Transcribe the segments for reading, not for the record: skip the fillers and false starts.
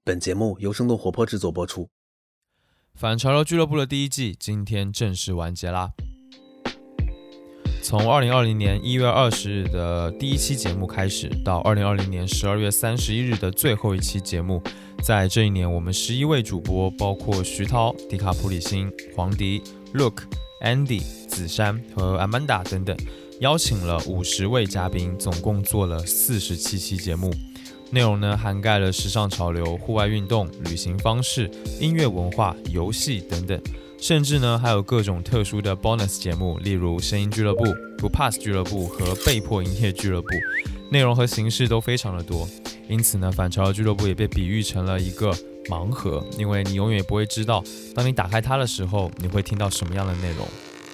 本节目由生动活泼制作播出。 反潮流俱乐部的第一季今天正式完结啦。从2020年1月20日的第一期节目开始，到2020年12月31日的最后一期节目，在这一年我们11位主播，包括徐涛、迪卡普里辛、黄迪、Look、Andy、子珊和 Amanda 等等，邀请了50位嘉宾，总共做了47期节目。内容呢涵盖了时尚潮流、户外运动、旅行方式、音乐文化、游戏等等，甚至呢还有各种特殊的 bonus 节目，例如声音俱乐部、不 pass 俱乐部和被迫营业俱乐部，内容和形式都非常的多。因此呢，反潮流俱乐部也被比喻成了一个盲盒，因为你永远也不会知道，当你打开它的时候，你会听到什么样的内容。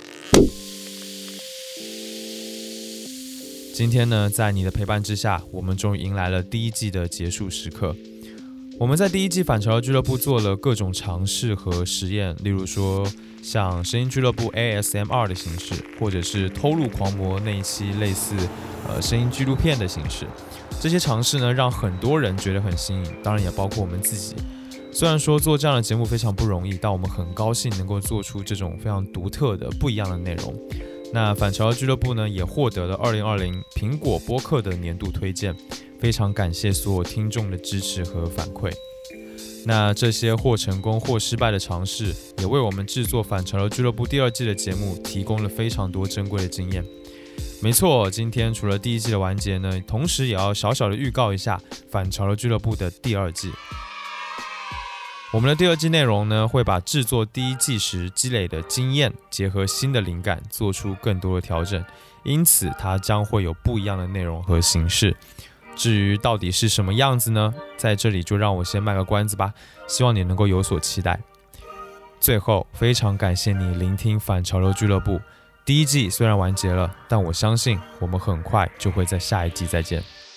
今天呢，在你的陪伴之下，我们终于迎来了第一季的结束时刻。我们在第一季反潮流俱乐部做了各种尝试和实验，例如说像声音俱乐部 ASMR 的形式，或者是偷录狂魔那一期类似声音纪录片的形式。这些尝试呢，让很多人觉得很新颖，当然也包括我们自己。虽然说做这样的节目非常不容易，但我们很高兴能够做出这种非常独特的不一样的内容。那反潮流俱乐部呢，也获得了2020苹果播客的年度推荐，非常感谢所有听众的支持和反馈。那这些或成功或失败的尝试，也为我们制作反潮流俱乐部第二季的节目提供了非常多珍贵的经验。没错，今天除了第一季的完结呢，同时也要小小的预告一下反潮流俱乐部的第二季。我们的第二季内容呢，会把制作第一季时积累的经验结合新的灵感，做出更多的调整，因此它将会有不一样的内容和形式。至于到底是什么样子呢？在这里就让我先卖个关子吧，希望你能够有所期待。最后，非常感谢你聆听反潮流俱乐部。第一季虽然完结了，但我相信我们很快就会在下一季再见。